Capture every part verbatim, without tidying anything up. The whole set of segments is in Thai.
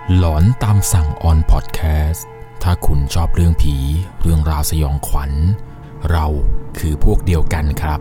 หลอนตามสั่งออนพอดแคสต์ถ้าคุณชอบเรื่องผีเรื่องราวสยองขวัญเราคือพวกเดียวกันครับ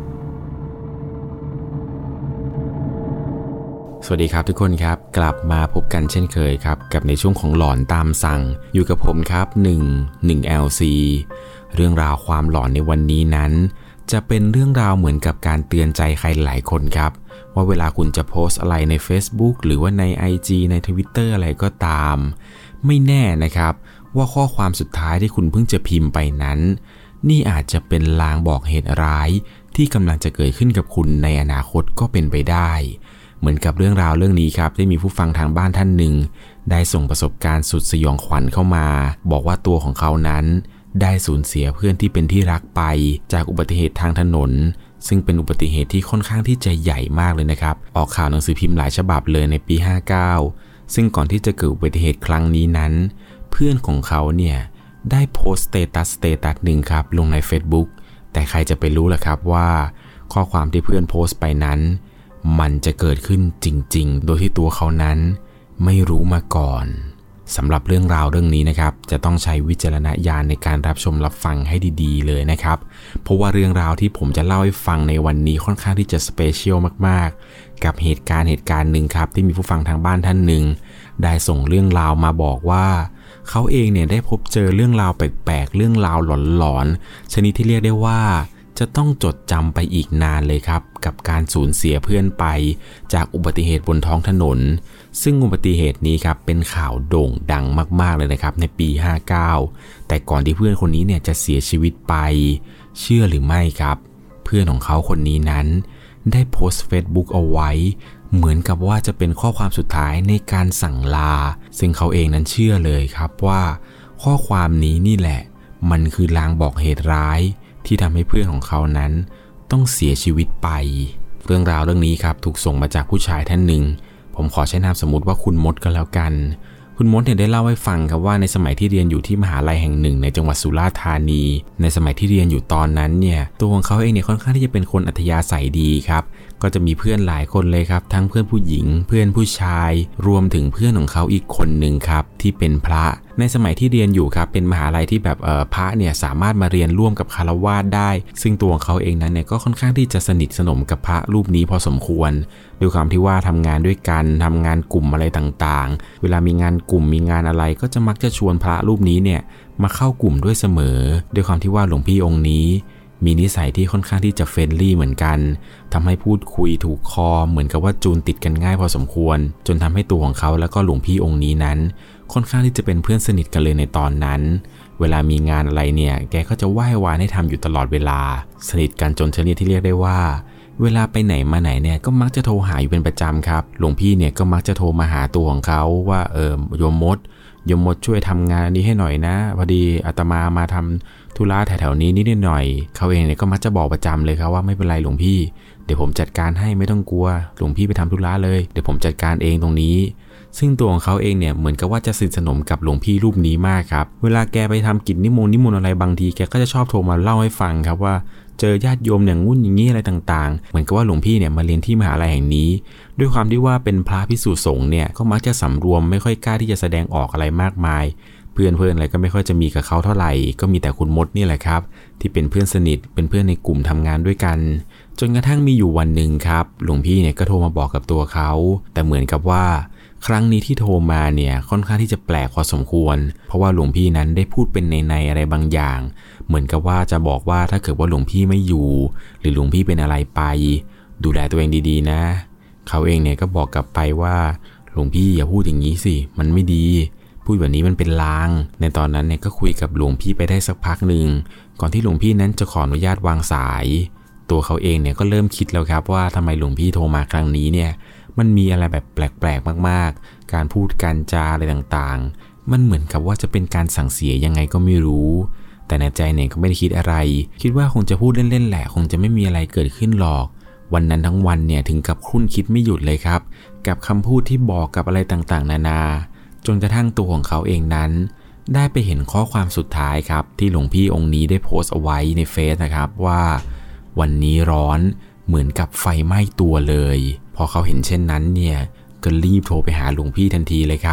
สวัสดีครับทุกคนครับกลับมาพบกันเช่นเคยครับกับในช่วงของหลอนตามสั่งอยู่กับผมครับหนึ่ง หนึ่ง แอล ซี เรื่องราวความหลอนในวันนี้นั้นจะเป็นเรื่องราวเหมือนกับการเตือนใจใครหลายคนครับว่าเวลาคุณจะโพสต์อะไรใน Facebook หรือว่าใน ไอ จี ใน Twitter อะไรก็ตามไม่แน่นะครับว่าข้อความสุดท้ายที่คุณเพิ่งจะพิมพ์ไปนั้นนี่อาจจะเป็นลางบอกเหตุร้ายที่กำลังจะเกิดขึ้นกับคุณในอนาคตก็เป็นไปได้เหมือนกับเรื่องราวเรื่องนี้ครับที่มีผู้ฟังทางบ้านท่านหนึ่งได้ส่งประสบการณ์สุดสยองขวัญเข้ามาบอกว่าตัวของเขานั้นได้สูญเสียเพื่อนที่เป็นที่รักไปจากอุบัติเหตุทางถนนซึ่งเป็นอุบัติเหตุที่ค่อนข้างที่จะใหญ่มากเลยนะครับออกข่าวหนังสือพิมพ์หลายฉบับเลยในปีห้าเก้าซึ่งก่อนที่จะเกิดอุบัติเหตุครั้งนี้นั้นเพื่อนของเขาเนี่ยได้โพสต์สเตตัสสเตตัสหนึ่งครับลงใน Facebook แต่ใครจะไปรู้ล่ะครับว่าข้อความที่เพื่อนโพสต์ไปนั้นมันจะเกิดขึ้นจริงๆโดยที่ตัวเขานั้นไม่รู้มาก่อนสำหรับเรื่องราวเรื่องนี้นะครับจะต้องใช้วิจารณญาณในการรับชมรับฟังให้ดีๆเลยนะครับเพราะว่าเรื่องราวที่ผมจะเล่าให้ฟังในวันนี้ค่อนข้างที่จะสเปเชียลมากๆกับเหตุการณ์เหตุการณ์หนึ่งครับที่มีผู้ฟังทางบ้านท่านหนึ่งได้ส่งเรื่องราวมาบอกว่าเขาเองเนี่ยได้พบเจอเรื่องราวแปลกๆเรื่องราวหลอนๆชนิดที่เรียกได้ว่าจะต้องจดจำไปอีกนานเลยครับกับการสูญเสียเพื่อนไปจากอุบัติเหตุบนท้องถนนซึ่งอุบัติเหตุนี้ครับเป็นข่าวโด่งดังมากๆเลยนะครับในปีห้าเก้าแต่ก่อนที่เพื่อนคนนี้เนี่ยจะเสียชีวิตไปเชื่อหรือไม่ครับเพื่อนของเขาคนนี้นั้นได้โพสต์ Facebook เอาไว้เหมือนกับว่าจะเป็นข้อความสุดท้ายในการสั่งลาซึ่งเขาเองนั้นเชื่อเลยครับว่าข้อความนี้นี่แหละมันคือลางบอกเหตุร้ายที่ทำให้เพื่อนของเขานั้นต้องเสียชีวิตไปเรื่องราวเรื่องนี้ครับถูกส่งมาจากผู้ชายท่านหนึ่งผมขอใช้นามสมมุติว่าคุณมดก็แล้วกันคุณมดเนี่ยได้เล่าให้ฟังครับว่าในสมัยที่เรียนอยู่ที่มหาลัยแห่งหนึ่งในจังหวัดสุราษฎร์ธานีในสมัยที่เรียนอยู่ตอนนั้นเนี่ยตัวของเขาเองเนี่ยค่อนข้างที่จะเป็นคนอัธยาศัยดีครับก็จะมีเพื่อนหลายคนเลยครับทั้งเพื่อนผู้หญิงเพื่อนผู้ชายรวมถึงเพื่อนของเขาอีกคนหนึ่งครับที่เป็นพระในสมัยที่เรียนอยู่ครับเป็นมหาลัยที่แบบเอ่อพระเนี่ยสามารถมาเรียนร่วมกับฆราวาสได้ซึ่งตัวของเขาเองนั้นเนี่ยก็ค่อนข้างที่จะสนิทสนมกับพระรูปนี้พอสมควรด้วยความที่ว่าทำงานด้วยกันทำงานกลุ่มอะไรต่างๆเวลามีงานกลุ่มมีงานอะไรก็จะมักจะชวนพระรูปนี้เนี่ยมาเข้ากลุ่มด้วยเสมอด้วยความที่ว่าหลวงพี่องค์นี้มีนิสัยที่ค่อนข้างที่จะเฟรนลี่เหมือนกันทำให้พูดคุยถูกคอเหมือนกับว่าจูนติดกันง่ายพอสมควรจนทำให้ตัวของเขาแล้วก็หลวงพี่องค์นี้นั้นค่อนข้างที่จะเป็นเพื่อนสนิทกันเลยในตอนนั้นเวลามีงานอะไรเนี่ยแกก็จะไหว้วานให้ทำอยู่ตลอดเวลาสนิทกันจนชนิดที่เรียกได้ว่าเวลาไปไหนมาไหนเนี่ยก็มักจะโทรหาอยู่เป็นประจำครับหลวงพี่เนี่ยก็มักจะโทรมาหาตัวของเขาว่าเออโยมมดโยมมดช่วยทำงานนี้ให้หน่อยนะพอดีอาตมามาทำธุระแถวๆนี้นิดหน่อยเขาเองเนี่ยก็มักจะบอกประจำเลยครับว่าไม่เป็นไรหลวงพี่เดี๋ยวผมจัดการให้ไม่ต้องกลัวหลวงพี่ไปทำธุระเลยเดี๋ยวผมจัดการเองตรงนี้ซึ่งตัวของเขาเองเนี่ยเหมือนกับว่าจะสนิทสนมกับหลวงพี่รูปนี้มากครับเวลาแกไปทำกิจนิมนต์นิมนต์อะไรบางทีแกก็จะชอบโทรมาเล่าให้ฟังครับว่าเจอญาติโยมอย่างงุ่นอย่างนี้อะไรต่างๆเหมือนกับว่าหลวงพี่เนี่ยมาเรียนที่มหาลัยแห่งนี้ด้วยความที่ว่าเป็นพระภิกษุสงฆ์เนี่ยก็มักจะสำรวมไม่ค่อยกล้าที่จะแสดงออกอะไรมากมายเพื่อนเพื่อนอะไรก็ไม่ค่อยจะมีกับเขาเท่าไหร่ก็มีแต่คุณมดนี่แหละครับที่เป็นเพื่อนสนิทเป็นเพื่อนในกลุ่มทำงานด้วยกันจนกระทั่งมีอยู่วันหนึ่งครับหลวงพี่เนี่ยก็โทรมาบอกกับตัวเขาแต่เหมือนกับว่าครั้งนี้ที่โทรมาเนี่ยค่อนข้างที่จะแปลกพอสมควรเพราะว่าหลวงพี่นั้นได้พูดเป็นในๆอะไรบางอย่างเหมือนกับว่าจะบอกว่าถ้าเกิดว่าหลวงพี่ไม่อยู่หรือหลวงพี่เป็นอะไรไปดูแลตัวเองดีๆนะเขาเองเนี่ยก็บอกกลับไปว่าหลวงพี่อย่าพูดอย่างนี้สิมันไม่ดีพูดแบบนี้มันเป็นลางในตอนนั้นเนี่ยก็คุยกับหลวงพี่ไปได้สักพักหนึ่งก่อนที่หลวงพี่นั้นจะขออนุญาตวางสายตัวเขาเองเนี่ยก็เริ่มคิดแล้วครับว่าทำไมหลวงพี่โทรมาครั้งนี้เนี่ยมันมีอะไรแบบแปลกๆมากๆการพูดการจาอะไรต่างๆมันเหมือนกับว่าจะเป็นการสั่งเสียยังไงก็ไม่รู้แต่ในใจเนี่ยก็ไม่ได้คิดอะไรคิดว่าคงจะพูดเล่นๆแหละคงจะไม่มีอะไรเกิดขึ้นหรอกวันนั้นทั้งวันเนี่ยถึงกับครุ่นคิดไม่หยุดเลยครับกับคำพูดที่บอกกับอะไรต่างๆนานาจนกระทั่งตัวของเขาเองนั้นได้ไปเห็นข้อความสุดท้ายครับที่หลวงพี่องค์นี้ได้โพสต์เอาไว้ในเฟซนะครับว่าวันนี้ร้อนเหมือนกับไฟไหม้ตัวเลยพอเขาเห็นเช่นนั้นเนี่ยก็รีบโทรไปหาหลวงพี่ทันทีเลยครับ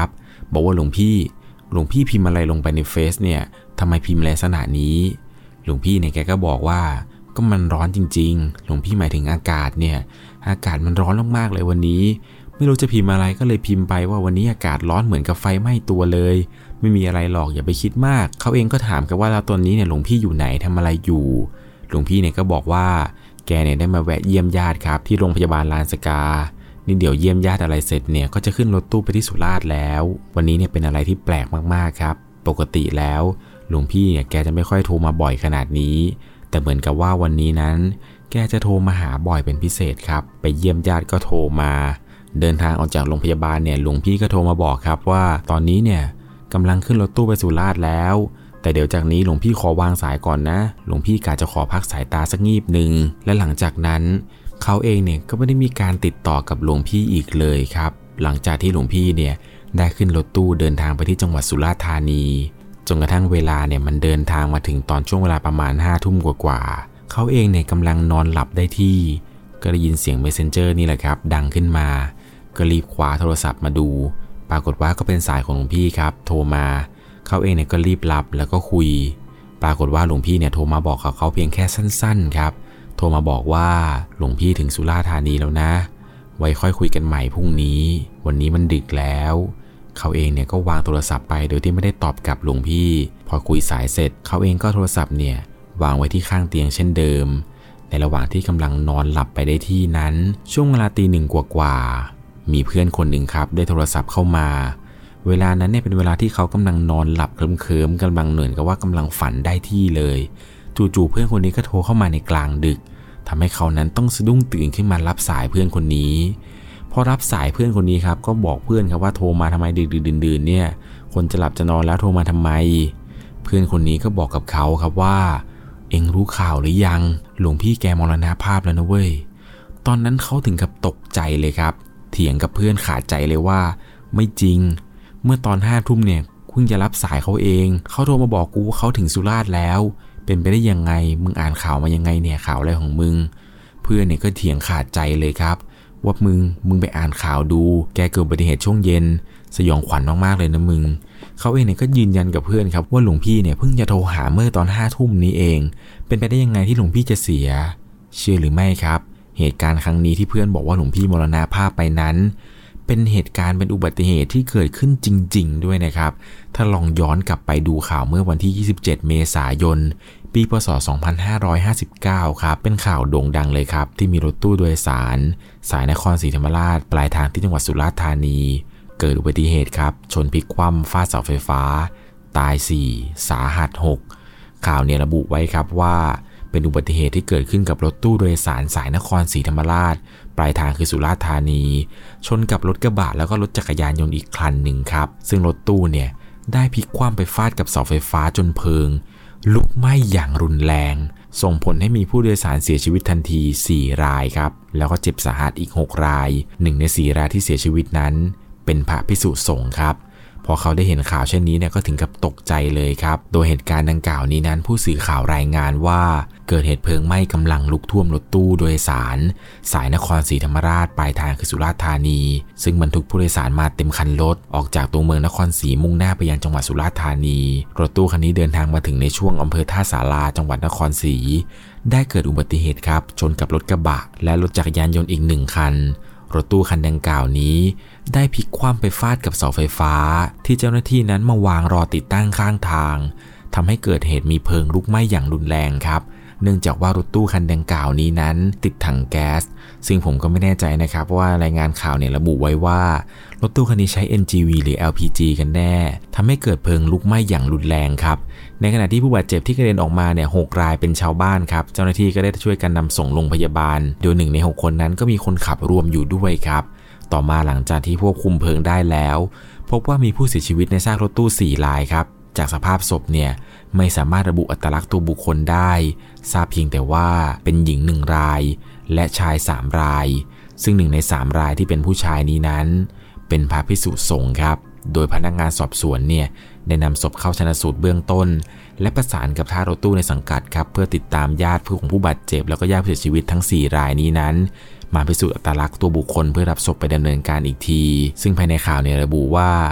บอกว่าหลวงพี่หลวงพี่พิมพ์อะไรลงไปในเฟซเนี่ยทำไมพิมพ์ลักษณะนี้หลวงพี่เนี่ยแกก็บอกว่าก็มันร้อนจริงๆหลวงพี่หมายถึงอากาศเนี่ยอากาศมันร้อนมากๆเลยวันนี้ไม่รู้จะพิมพ์อะไรก็เลยพิมพ์ไปว่าวันนี้อากาศร้อนเหมือนกับไฟไหม้ตัวเลยไม่มีอะไรหรอกอย่าไปคิดมากเขาเองก็ถามกันว่าแล้วตอนนี้เนี่ยหลวงพี่อยู่ไหนทำอะไรอยู่หลวงพี่เนี่ยก็บอกว่าแกเนี่ยได้มาแวะเยี่ยมญาติครับที่โรงพยาบาลลานสกานี่เดี๋ยวเยี่ยมญาติอะไรเสร็จเนี่ยก็จะขึ้นรถตู้ไปที่สุราษฎร์แล้ววันนี้เนี่ยเป็นอะไรที่แปลกมากๆครับปกติแล้วหลวงพี่เนี่ยแกจะไม่ค่อยโทรมาบ่อยขนาดนี้แต่เหมือนกับว่าวันนี้นั้นแกจะโทรมาหาบ่อยเป็นพิเศษครับไปเยี่ยมญาติก็โทรมาเดินทางออกจากโรงพยาบาลเนี่ยหลวงพี่ก็โทรมาบอกครับว่าตอนนี้เนี่ยกำลังขึ้นรถตู้ไปสุราษฎร์แล้วแต่เดี๋ยวจากนี้หลวงพี่ขอวางสายก่อนนะหลวงพี่กะจะขอพักสายตาสักงีบหนึ่งและหลังจากนั้นเขาเองเนี่ยก็ไม่ได้มีการติดต่อกับหลวงพี่อีกเลยครับหลังจากที่หลวงพี่เนี่ยได้ขึ้นรถตู้เดินทางไปที่จังหวัดสุราษฎร์ธานีจนกระทั่งเวลาเนี่ยมันเดินทางมาถึงตอนช่วงเวลาประมาณห้าทุ่มกว่าๆเขาเองเนี่ยกำลังนอนหลับได้ที่ก็ได้ยินเสียง Messenger นี่แหละครับดังขึ้นมาก็รีบคว้าโทรศัพท์มาดูปรากฏว่าก็เป็นสายของหลวงพี่ครับโทรมาเขาเองเนี่ยก็รีบรับแล้วก็คุยปรากฏว่าหลวงพี่เนี่ยโทรมาบอกกับเขาเพียงแค่สั้นๆครับโทรมาบอกว่าหลวงพี่ถึงสุราษฎร์ธานีแล้วนะไว้ค่อยคุยกันใหม่พรุ่งนี้วันนี้มันดึกแล้วเขาเองเนี่ยก็วางโทรศัพท์ไปโดยที่ไม่ได้ตอบกลับหลวงพี่พอคุยสายเสร็จเขาเองก็โทรศัพท์เนี่ยวางไว้ที่ข้างเตียงเช่นเดิมในระหว่างที่กำลังนอนหลับไปได้ที่นั้นช่วงเวลาตีหนึ่งกว่าๆมีเพื่อนคนหนึ่งครับได้โทรศัพท์เข้ามาเวลานั้นเนี่ยเป็นเวลาที่เขากำลังนอนหลับเคลิ้มๆกำลังเหนื่อยกับว่ากำลังฝันได้ที่เลยจู่ๆเพื่อนคนนี้ก็โทรเข้ามาในกลางดึกทำให้เขานั้นต้องสะดุ้งตื่นขึ้นมารับสายเพื่อนคนนี้พอรับสายเพื่อนคนนี้ครับก็บอกเพื่อนครับว่าโทรมาทำไมดึกๆดื่นๆเนี่ยคนจะหลับจะนอนแล้วโทรมาทำไมเพื่อนคนนี้ก็บอกกับเขาครับว่าเอ็งรู้ข่าวหรือยังหลวงพี่แกมรณภาพแล้วนะเว้ยตอนนั้นเขาถึงกับตกใจเลยครับเถียงกับเพื่อนขาดใจเลยว่าไม่จริงเมื่อตอนห้าทุ่มเนี่ยเพิ่งจะรับสายเขาเองเขาโทรมาบอกกูว่าเขาถึงสุราษฎร์แล้วเป็นไปได้ยังไงมึงอ่านข่าวมายังไงเนี่ยข่าวอะไรของมึงเพื่อนเนี่ยก็เถียงขาดใจเลยครับว่ามึงมึงไปอ่านข่าวดูแกเกิดอุบัติเหตุช่วงเย็นสยองขวัญมากๆเลยนะมึงเขาเองเนี่ยก็ยืนยันกับเพื่อนครับว่าหลวงพี่เนี่ยเพิ่งจะโทรหาเมื่อตอนห้าทุ่มนี้เองเป็นไปได้ยังไงที่หลวงพี่จะเสียเชื่อหรือไม่ครับเหตุการณ์ครั้งนี้ที่เพื่อนบอกว่าหลวงพี่มรณภาพไปนั้นเป็นเหตุการณ์เป็นอุบัติเหตุที่เกิดขึ้นจริงๆด้วยนะครับถ้าลองย้อนกลับไปดูข่าวเมื่อวันที่ยี่สิบเจ็ดเมษายนปีพ.ศ. สองพันห้าร้อยห้าสิบเก้าครับเป็นข่าวโด่งดังเลยครับที่มีรถตู้โดยสารสายนครศรีธรรมราชปลายทางที่จังหวัดสุราษฎร์ธานีเกิดอุบัติเหตุครับชนพลิกคว่ำฟาดเสาไฟฟ้าตายสี่สาหัสหกข่าวเนี่ยระบุไว้ครับว่าเป็นอุบัติเหตุที่เกิดขึ้นกับรถตู้โดยสารสายนครศรีธรรมราชปลายทางคือสุราษฎร์ธานีชนกับรถกระบะแล้วก็รถจักรยานยนต์อีกคันหนึ่งครับซึ่งรถตู้เนี่ยได้พลิกคว่ำไปฟาดกับเสาไฟฟ้าจนเพลิงลุกไหม้อย่างรุนแรงส่งผลให้มีผู้โดยสารเสียชีวิตทันทีสี่รายครับแล้วก็เจ็บสาหัสอีกหกรายหนึ่งในสี่รายที่เสียชีวิตนั้นเป็นพระภิกษุสงฆ์ครับพอเขาได้เห็นข่าวเช่นนี้เนี่ยก็ถึงกับตกใจเลยครับโดยเหตุการณ์ดังกล่าวนี้นั้นผู้สื่อข่าวรายงานว่าเกิดเหตุเพลิงไหม้กำลังลุกท่วมรถตู้โดยสารสายนครศรีธรรมราชปลายทางคือสุราษฎร์ธานีซึ่งบรรทุกผู้โดยสารมาเต็มคันรถออกจากตัวเมืองนครศรีมุ่งหน้าไปยังจังหวัดสุราษฎร์ธานีรถตู้คันนี้เดินทางมาถึงในช่วงอำเภอท่าสาราจังหวัดนครศรีได้เกิดอุบัติเหตุครับชนกับรถกระบะและรถจักรยานยนต์อีกหนึ่งคันรถตู้คันดังกล่าวนี้ได้พลิกคว่ำไปฟาดกับเสาไฟฟ้าที่เจ้าหน้าที่นั้นมาวางรอติดตั้งข้างทางทำให้เกิดเหตุมีเพลิงลุกไหม้อย่างรุนแรงครับเนื่องจากว่ารถตู้คันดังกล่าวนี้นั้นติดถังแก๊สซึ่งผมก็ไม่แน่ใจนะครับว่ารายงานข่าวเนี่ยระบุไว้ว่ารถตู้คันนี้ใช้ เอ็น จี วี หรือ แอล พี จี กันแน่ทำให้เกิดเพลิงลุกไหม้อย่างรุนแรงครับในขณะที่ผู้บาดเจ็บที่กระเด็นออกมาเนี่ยหกรายเป็นชาวบ้านครับเจ้าหน้าที่ก็ได้ช่วยกันนำส่งโรงพยาบาลโดยหนึ่งในหกคนนั้นก็มีคนขับรวมอยู่ด้วยครับต่อมาหลังจากที่ควบคุมเพลิงได้แล้วพบว่ามีผู้เสียชีวิตในซากรถตู้สี่รายครับจากสภาพศพเนี่ยไม่สามารถระบุอัตลักษณ์ตัวบุคคลได้ทราบเพียงแต่ว่าเป็นหญิงหนึ่งรายและชายสามรายซึ่งหนึ่งในสามรายที่เป็นผู้ชายนี้นั้นเป็นพระภิกษุสงฆ์ครับโดยพนักงานสอบสวนเนี่ยได้นำศพเข้าชันสูตรเบื้องต้นและประสานกับท่ารถตู้ในสังกัดครับเพื่อติดตามญาติของผู้บาดเจ็บแล้วก็ญาติผู้เสียชีวิตทั้งสี่รายนี้นั้นมาพิสูจน์อัตลักษณ์ตัวบุคคลเพื่อรับศพไปดำเนินการอีกทีซึ่งภายในข่าวเนี่ยระบุว่า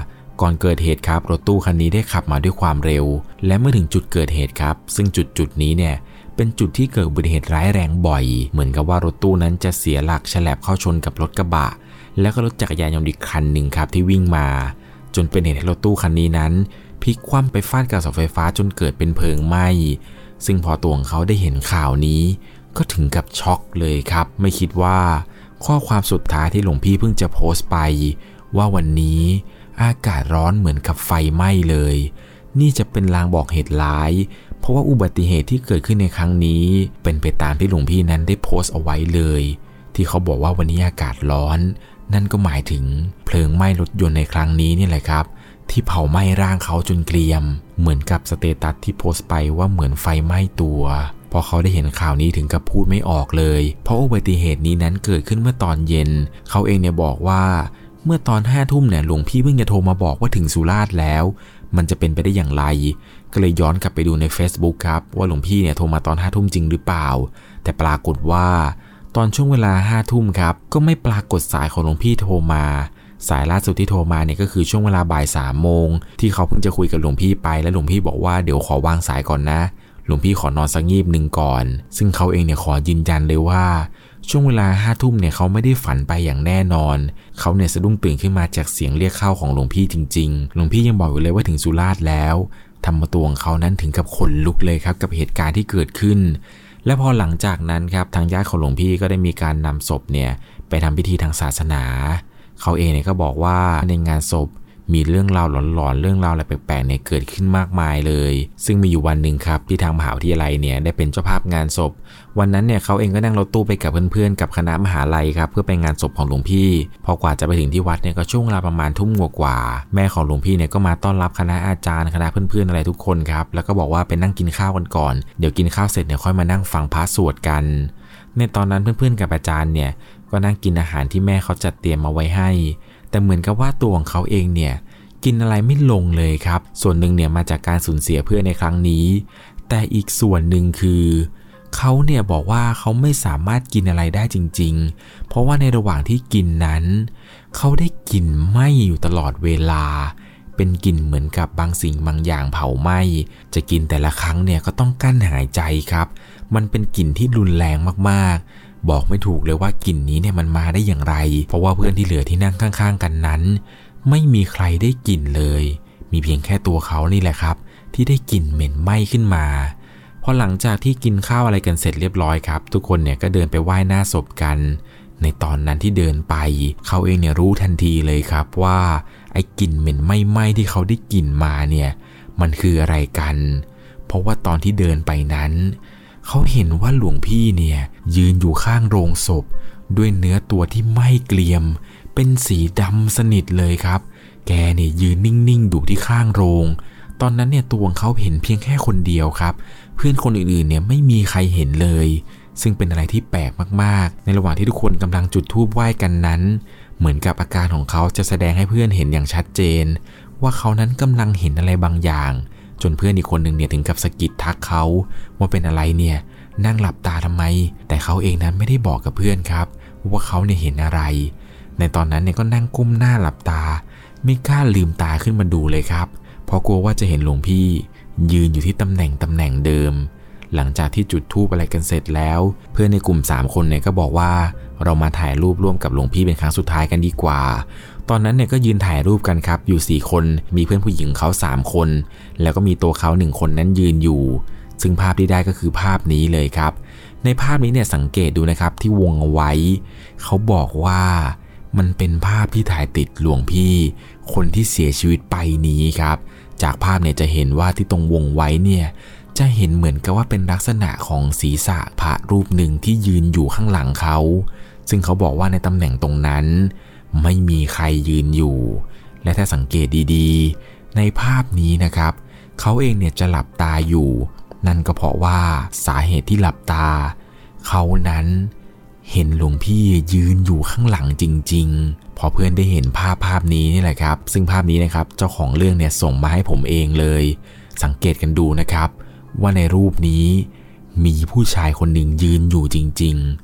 ก่อนเกิดเหตุครับรถตู้คันนี้ได้ขับมาด้วยความเร็วและเมื่อถึงจุดเกิดเหตุครับซึ่งจุดจุดนี้เนี่ยเป็นจุดที่เกิดอุบัติเหตุร้ายแรงบ่อยเหมือนกับว่ารถตู้นั้นจะเสียหลักแฉลบเข้าชนกับรถกระบะแล้วก็รถจักรยานยนต์อีกคันหนึ่งครับที่วิ่งมาจนเป็นเหตุให้รถตู้คันนี้นั้นพลิกคว่ำไปฟาดกับเสาไฟฟ้าจนเกิดเป็นเพลิงไหม้ซึ่งพอตัวของเขาได้เห็นข่าวนี้ก็ถึงกับช็อกเลยครับไม่คิดว่าข้อความสุดท้ายที่หลวงพี่เพิ่งจะโพสต์ไปว่าวันนี้อากาศร้อนเหมือนกับไฟไหม้เลยนี่จะเป็นลางบอกเหตุร้ายเพราะว่าอุบัติเหตุที่เกิดขึ้นในครั้งนี้เป็นไปตามที่หลวงพี่นั้นได้โพสต์เอาไว้เลยที่เขาบอกว่าวันนี้อากาศร้อนนั่นก็หมายถึงเพลิงไหม้รถยนต์ในครั้งนี้นี่แหละครับที่เผาไหม้ร่างเขาจนเกรียมเหมือนกับสเตตัสที่โพสต์ไปว่าเหมือนไฟไหม้ตัวพอเขาได้เห็นข่าวนี้ถึงกับพูดไม่ออกเลยเพราะอุบัติเหตุนี้นั้นเกิดขึ้นเมื่อตอนเย็นเขาเองเนี่ยบอกว่าเมื่อตอนห้าทุ่มเนี่ยหลวงพี่เพิ่งจะโทรมาบอกว่าถึงสุราษฎร์แล้วมันจะเป็นไปได้อย่างไรก็เลยย้อนกลับไปดูใน Facebook ครับว่าหลวงพี่เนี่ยโทรมาตอนห้าทุ่มจริงหรือเปล่าแต่ปรากฏว่าตอนช่วงเวลาห้าทุ่มครับก็ไม่ปรากฏสายของหลวงพี่โทรมาสายล่าสุดที่โทรมาเนี่ยก็คือช่วงเวลาบ่ายสามโมงที่เขาเพิ่งจะคุยกับหลวงพี่ไปแล้วหลวงพี่บอกว่าเดี๋ยวขอวางสายก่อนนะหลวงพี่ขอนอนสักงีบหนึ่งก่อนซึ่งเขาเองเนี่ยขอยืนยันเลยว่าช่วงเวลาห้าทุ่มเนี่ยเขาไม่ได้ฝันไปอย่างแน่นอนเขาเนี่ยสะดุ้งตื่นขึ้นมาจากเสียงเรียกเข้าของหลวงพี่จริงๆหลวงพี่ยังบอกอยู่เลยว่าถึงสุราษฎร์แล้วธรรมตัวของเขานั้นถึงกับขนลุกเลยครับกับเหตุการณ์ที่เกิดขึ้นและพอหลังจากนั้นครับทางญาติของหลวงพี่ก็ได้มีการนำศพเนี่ยไปทำพิธีทางศาสนาเขาเองเนี่ยก็บอกว่าในงานศพมีเรื่องราวหลอนๆเรื่องราวอะไรแปลกๆเนี่ยเกิดขึ้นมากมายเลยซึ่งมีอยู่วันหนึ่งครับที่ทางมหาวิทยาลัยเนี่ยได้เป็นเจ้าภาพงานศพวันนั้นเนี่ยเขาเองก็นั่งรถตู้ไปกับเพื่อนๆกับคณะมหาลัยครับเพื่อไปงานศพของหลวงพี่พอกว่าจะไปถึงที่วัดเนี่ยก็ช่วงเวลาประมาณทุ่มกว่าแม่ของหลวงพี่เนี่ยก็มาต้อนรับคณะอาจารย์คณะเพื่อนๆอะไรทุกคนครับแล้วก็บอกว่าไปนั่งกินข้าวกันก่อนเดี๋ยวกินข้าวเสร็จเนี่ยค่อยมานั่งฟังพระสวดกันในตอนนั้นเพื่อนๆกับอาจารย์เนี่ยก็นั่งกินอาหารที่แม่เขาจัดเตรียมมาไว้ให้แต่เหมือนกับว่าตัวของเขาเองเนี่ยกินอะไรไม่ลงเลยครับส่วนหนึ่งเนี่ยมาจากการสูญเสียเพื่อนในครั้งนี้แต่อีกส่วนหนึ่งคือเขาเนี่ยบอกว่าเขาไม่สามารถกินอะไรได้จริงๆเพราะว่าในระหว่างที่กินนั้นเขาได้กลิ่นไหม้อยู่ตลอดเวลาเป็นกลิ่นเหมือนกับบางสิ่งบางอย่างเผาไหม้จะกินแต่ละครั้งเนี่ยก็ต้องกั้นหายใจครับมันเป็นกลิ่นที่รุนแรงมากๆบอกไม่ถูกเลยว่ากลิ่นนี้เนี่ยมันมาได้อย่างไรเพราะว่าเพื่อนที่เหลือที่นั่งข้างๆกันนั้นไม่มีใครได้กลิ่นเลยมีเพียงแค่ตัวเขานี่แหละครับที่ได้กลิ่นเหม็นไหม้ขึ้นมาพอหลังจากที่กินข้าวอะไรกันเสร็จเรียบร้อยครับทุกคนเนี่ยก็เดินไปไหว้หน้าศพกันในตอนนั้นที่เดินไปเขาเองเนี่ยรู้ทันทีเลยครับว่าไอ้กลิ่นเหม็นไหม้ๆที่เขาได้กลิ่นมาเนี่ยมันคืออะไรกันเพราะว่าตอนที่เดินไปนั้นเขาเห็นว่าหลวงพี่เนี่ยยืนอยู่ข้างโรงศพด้วยเนื้อตัวที่ไหม้เกรียมเป็นสีดำสนิทเลยครับแกเนี่ยยืนนิ่งๆอยู่ที่ข้างโรงตอนนั้นเนี่ยตัวของเขาเห็นเพียงแค่คนเดียวครับเพื่อนคนอื่นๆเนี่ยไม่มีใครเห็นเลยซึ่งเป็นอะไรที่แปลกมากๆในระหว่างที่ทุกคนกำลังจุดธูปไหว้กันนั้นเหมือนกับอาการของเขาจะแสดงให้เพื่อนเห็นอย่างชัดเจนว่าเขานั้นกำลังเห็นอะไรบางอย่างจนเพื่อนอีกคนหนึ่งเนี่ยถึงกับสะกิดทักเขาว่าเป็นอะไรเนี่ยนั่งหลับตาทำไมแต่เขาเองนั้นไม่ได้บอกกับเพื่อนครับว่าเขาเนี่ยเห็นอะไรในตอนนั้นเนี่ยก็นั่งก้มหน้าหลับตาไม่กล้าลืมตาขึ้นมาดูเลยครับเพราะกลัวว่าจะเห็นหลวงพี่ยืนอยู่ที่ตำแหน่งตำแหน่งเดิมหลังจากที่จุดธูปอะไรกันเสร็จแล้วเพื่อนในกลุ่มสามคนเนี่ยก็บอกว่าเรามาถ่ายรูปร่วมกับหลวงพี่เป็นครั้งสุดท้ายกันดีกว่าตอนนั้นเนี่ยก็ยืนถ่ายรูปกันครับอยู่สี่คนมีเพื่อนผู้หญิงเขาสามคนแล้วก็มีตัวเขาหนึ่งคนนั้นยืนอยู่ซึ่งภาพที่ได้ก็คือภาพนี้เลยครับในภาพนี้เนี่ยสังเกตดูนะครับที่วงเอาไว้เขาบอกว่ามันเป็นภาพที่ถ่ายติดหลวงพี่คนที่เสียชีวิตไปนี้ครับจากภาพเนี่ยจะเห็นว่าที่ตรงวงไว้เนี่ยจะเห็นเหมือนกับว่าเป็นลักษณะของศีรษะพระรูปหนึ่งที่ยืนอยู่ข้างหลังเขาซึ่งเขาบอกว่าในตำแหน่งตรงนั้นไม่มีใครยืนอยู่และถ้าสังเกตดีๆในภาพนี้นะครับเขาเองเนี่ยจะหลับตาอยู่นั่นก็เพราะว่าสาเหตุที่หลับตาเขานั้นเห็นหลวงพี่ยืนอยู่ข้างหลังจริงๆพอเพื่อนได้เห็นภาพภาพนี้นี่แหละครับซึ่งภาพนี้นะครับเจ้าของเรื่องเนี่ยส่งมาให้ผมเองเลยสังเกตกันดูนะครับว่าในรูปนี้มีผู้ชายคนหนึ่งยืนอยู่จริงๆพ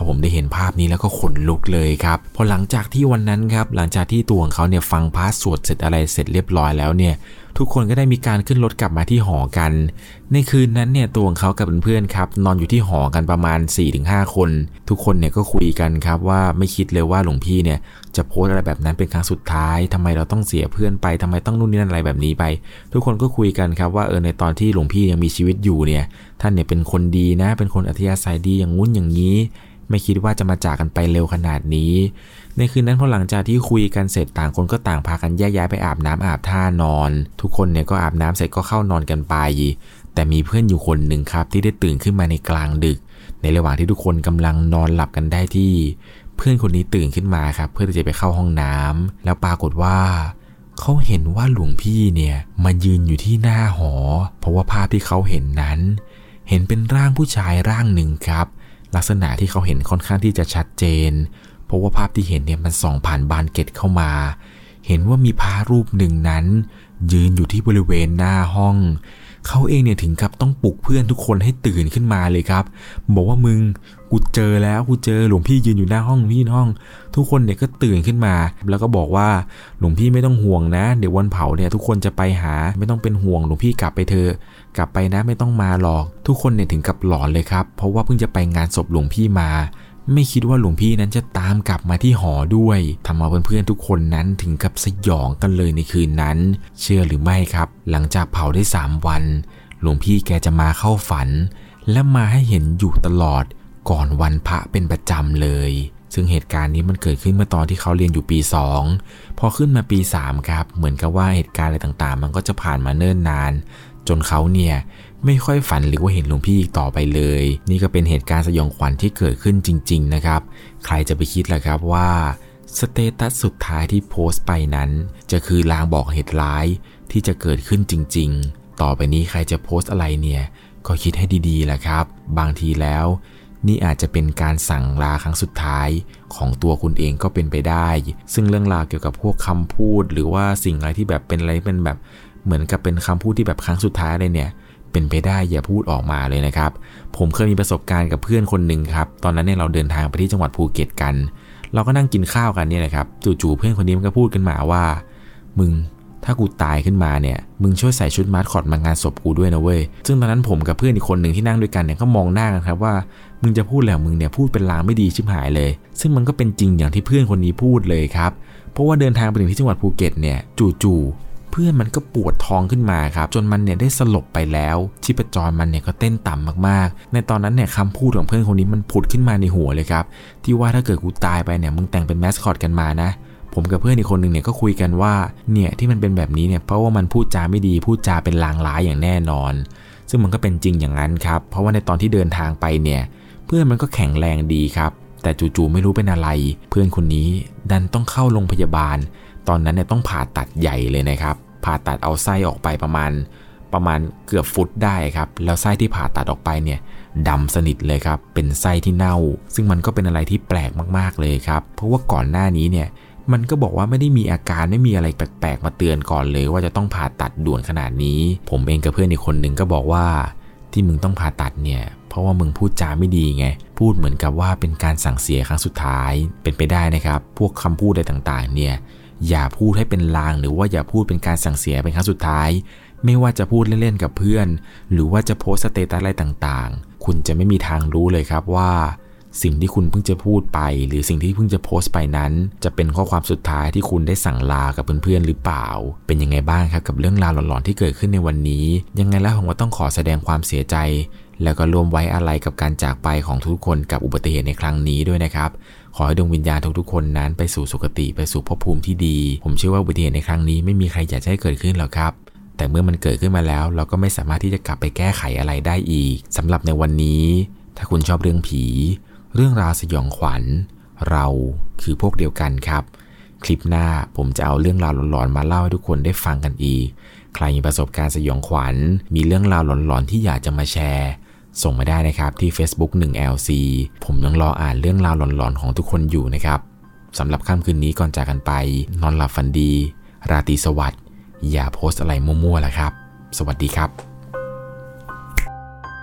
พอผมได้เห็นภาพนี้แล้วก็ขนลุกเลยครับพอหลังจากที่วันนั้นครับหลังจากที่ตัวของเขาเนี่ยฟังพระสวดเสร็จอะไรเสร็จเรียบร้อยแล้วเนี่ยทุกคนก็ได้มีการขึ้นรถกลับมาที่หอกันในคืนนั้นเนี่ยตัวของเขากับเพื่อนๆครับนอนอยู่ที่หอกันประมาณ สี่ถึงห้า คนทุกคนเนี่ยก็คุยกันครับว่าไม่คิดเลยว่าหลวงพี่เนี่ยจะโพสอะไรแบบนั้นเป็นครั้งสุดท้ายทำไมเราต้องเสียเพื่อนไปทำไมต้องนู่นนี่นั่นอะไรแบบนี้ไปทุกคนก็คุยกันครับว่าเออในตอนที่หลวงพี่ยังมีชีวิตอยู่เนี่ยท่านเนี่ยเป็นคนดีนะเป็นคนอัธยาศัยดีอย่างงุ้นอย่างนี้ไม่คิดว่าจะมาจากกันไปเร็วขนาดนี้ในคืนนั้นพอหลังจากที่คุยกันเสร็จต่างคนก็ต่างพากันแยกย้ายไปอาบน้ำอาบท่านอนทุกคนเนี่ยก็อาบน้ำเสร็จก็เข้านอนกันไปแต่มีเพื่อนอยู่คนหนึ่งครับที่ได้ตื่นขึ้นมาในกลางดึกในระหว่างที่ทุกคนกำลังนอนหลับกันได้ที่เพื่อนคนนี้ตื่นขึ้นมาครับเพื่อที่จะไปเข้าห้องน้ำแล้วปรากฏว่าเขาเห็นว่าหลวงพี่เนี่ยมายืนอยู่ที่หน้าหอเพราะว่าภาพที่เขาเห็นนั้นเห็นเป็นร่างผู้ชายร่างหนึ่งครับลักษณะที่เขาเห็นค่อนข้างที่จะชัดเจนเพราะว่าภาพที่เห็นเนี่ยมันส่องผ่านบานเกล็ดเข้ามาเห็นว่ามีพระรูปหนึ่งนั้นยืนอยู่ที่บริเวณหน้าห้องเขาเองเนี่ยถึงกับต้องปลุกเพื่อนทุกคนให้ตื่นขึ้นมาเลยครับบอกว่ามึงกูเจอแล้วกูเจอหลวงพี่ยืนอยู่หน้าห้องพี่ห้องทุกคนเนี่ยก็ตื่นขึ้นมาแล้วก็บอกว่าหลวงพี่ไม่ต้องห่วงนะเดี๋ยววันเผาเนี่ยทุกคนจะไปหาไม่ต้องเป็นห่วงหลวงพี่กลับไปเถอะกลับไปนะไม่ต้องมาหรอกทุกคนเนี่ยถึงกับหลอนเลยครับเพราะว่าเพิ่งจะไปงานศพหลวงพี่มาไม่คิดว่าหลวงพี่นั้นจะตามกลับมาที่หอด้วยทำเอาเพื่อนๆทุกคนนั้นถึงกับสยองกันเลยในคืนนั้นเชื่อหรือไม่ครับหลังจากเผาได้สามวันหลวงพี่แกจะมาเข้าฝันและมาให้เห็นอยู่ตลอดก่อนวันพระเป็นประจำเลยซึ่งเหตุการณ์นี้มันเกิดขึ้นเมื่อตอนที่เขาเรียนอยู่ปีสองพอขึ้นมาปีสามครับเหมือนกับว่าเหตุการณ์อะไรต่างๆมันก็จะผ่านมาเนิ่นนานจนเขาเนี่ยไม่ค่อยฝันหรือว่าเห็นหลวงพี่อีกต่อไปเลยนี่ก็เป็นเหตุการณ์สยองขวัญที่เกิดขึ้นจริงๆนะครับใครจะไปคิดล่ะครับว่าสเตตัสสุดท้ายที่โพสต์ไปนั้นจะคือลางบอกเหตุร้ายที่จะเกิดขึ้นจริงๆต่อไปนี้ใครจะโพสต์อะไรเนี่ยก็คิดให้ดีๆแหละครับบางทีแล้วนี่อาจจะเป็นการสั่งลาครั้งสุดท้ายของตัวคุณเองก็เป็นไปได้ซึ่งเรื่องราวเกี่ยวกับพวกคำพูดหรือว่าสิ่งอะไรที่แบบเป็นอะไรเป็นแบบเหมือนกับเป็นคำพูดที่แบบครั้งสุดท้ายอะไรเนี่ยเป็นไปได้อย่าพูดออกมาเลยนะครับผมเคยมีประสบการณ์กับเพื่อนคนหนึ่งครับตอนนั้นเนี่ยเราเดินทางไปที่จังหวัดภูเก็ตกันเราก็นั่งกินข้าวกันเนี่ยแหละครับจู่ๆเพื่อนคนนี้มันก็พูดกันมาว่ามึงถ้ากูตายขึ้นมาเนี่ยมึงช่วยใส่ชุดมาสคอตมางานศพกูด้วยนะเว้ยซึ่งตอนนั้นผมกับเพื่อนอีกคนหนึ่งที่นั่งด้วยกันเนี่ยก็มองหน้ากันครับว่ามึงจะพูดแล้วมึงเนี่ยพูดเป็นลางไม่ดีชิบหายเลยซึ่งมันก็เป็นจริงอย่างที่เพื่อนคนนี้พูดเลยครับเพราะว่าเดินทางไปถึงที่จังหวัดภูเก็ตเนี่ยจู่ๆเพื่อนมันก็ปวดท้องขึ้นมาครับจนมันเนี่ยได้สลบไปแล้วชีพจรมันเนี่ยก็เต้นต่ำมากๆในตอนนั้นเนี่ยคำพูดของเพื่อนคนนี้มันผุดขึ้นมาในหัวเลยครับที่ว่าถ้าเกิดกูตายไปเนี่ยมึงแต่งเป็นแมสคอตกันมานะผมกับเพื่อนอีกคนหนึ่งเนี่ยก็คุยกันว่าเนี่ยที่มันเป็นแบบนี้เนี่ยเพราะว่ามันพูดจาไม่ดีพูดจาเป็นลางร้ายอย่างแน่นอนซึ่งมันก็เป็นจริงอย่างนั้นครับเพราะว่าในตอนที่เดินทางไปเนี่ยเพื่อนมันก็แข็งแรงดีครับแต่จู่ๆไม่รู้เป็นอะไรเพื่อนคนนี้ดันต้องเข้าโรงพยาบาลตอนนั้นเนี่ยต้องผ่าตัดใหญ่เลยนะครับผ่าตัดเอาไส้ออกไปประมาณประมาณเกือบฟุตได้ครับแล้วไส้ที่ผ่าตัดออกไปเนี่ยดำสนิทเลยครับเป็นไส้ที่เน่าซึ่งมันก็เป็นอะไรที่แปลกมากๆเลยครับเพราะว่าก่อนหน้านี้เนี่ยมันก็บอกว่าไม่ได้มีอาการไม่มีอะไรแปลกๆมาเตือนก่อนเลยว่าจะต้องผ่าตัดด่วนขนาดนี้ผมเองกับเพื่อนอีกคนหนึ่งก็บอกว่าที่มึงต้องผ่าตัดเนี่ยเพราะว่ามึงพูดจาไม่ดีไงพูดเหมือนกับว่าเป็นการสั่งเสียครั้งสุดท้ายเป็นไปได้นะครับพวกคำพูดอะไรต่างๆเนี่ยอย่าพูดให้เป็นลางหรือว่าอย่าพูดเป็นการสั่งเสียเป็นครั้งสุดท้ายไม่ว่าจะพูดเล่นๆกับเพื่อนหรือว่าจะโพสต์สเตตัสอะไรต่างๆคุณจะไม่มีทางรู้เลยครับว่าสิ่งที่คุณเพิ่งจะพูดไปหรือสิ่งที่เพิ่งจะโพสต์ไปนั้นจะเป็นข้อความสุดท้ายที่คุณได้สั่งลากับเพื่อนๆหรือเปล่าเป็นยังไงบ้างครับกับเรื่องราวหลอนๆที่เกิดขึ้นในวันนี้ยังไงแล้วผมก็ต้องขอแสดงความเสียใจแล้วก็ร่วมไว้อาลัยกับการจากไปของทุกคนกับอุบัติเหตุในครั้งนี้ด้วยนะครับขอให้ดวงวิญญาณทุกๆคนนั้นไปสู่สุคติไปสู่ภพภูมิที่ดีผมเชื่อว่าอุบัติเหตุในครั้งนี้ไม่มีใครอยากให้เกิดขึ้นหรอกครับแต่เมื่อมันเกิดขึ้นมาแล้วเราก็ไม่สามารถที่จะกลับไปแก้ไขอะไรได้อีกสำหรับในวันนี้ถ้าคุณชอบเรื่องผีเรื่องราวสยองขวัญเราคือพวกเดียวกันครับคลิปหน้าผมจะเอาเรื่องราวหลอนๆมาเล่าให้ทุกคนได้ฟังกันอีกใครมีประสบการณ์สยองขวัญมีเรื่องราวหลอนๆที่อยากจะมาแชร์ส่งมาได้นะครับที่ Facebook หนึ่ง แอล ซี ผมยังรออ่านเรื่องราวหลอนๆของทุกคนอยู่นะครับสำหรับค่ำคืนนี้ก่อนจากกันไปนอนหลับฝันดีราตรีสวัสดิ์อย่าโพสต์อะไรมั่วๆล่ะครับสวัสดีครับ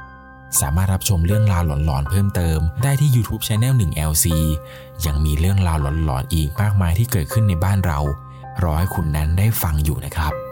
สามารถรับชมเรื่องราวหลอนๆเพิ่มเติมได้ที่ YouTube Channel หนึ่ง แอล ซี ยังมีเรื่องราวหลอนๆอีกมากมายที่เกิดขึ้นในบ้านเรารอให้คุณนั้นได้ฟังอยู่นะครับ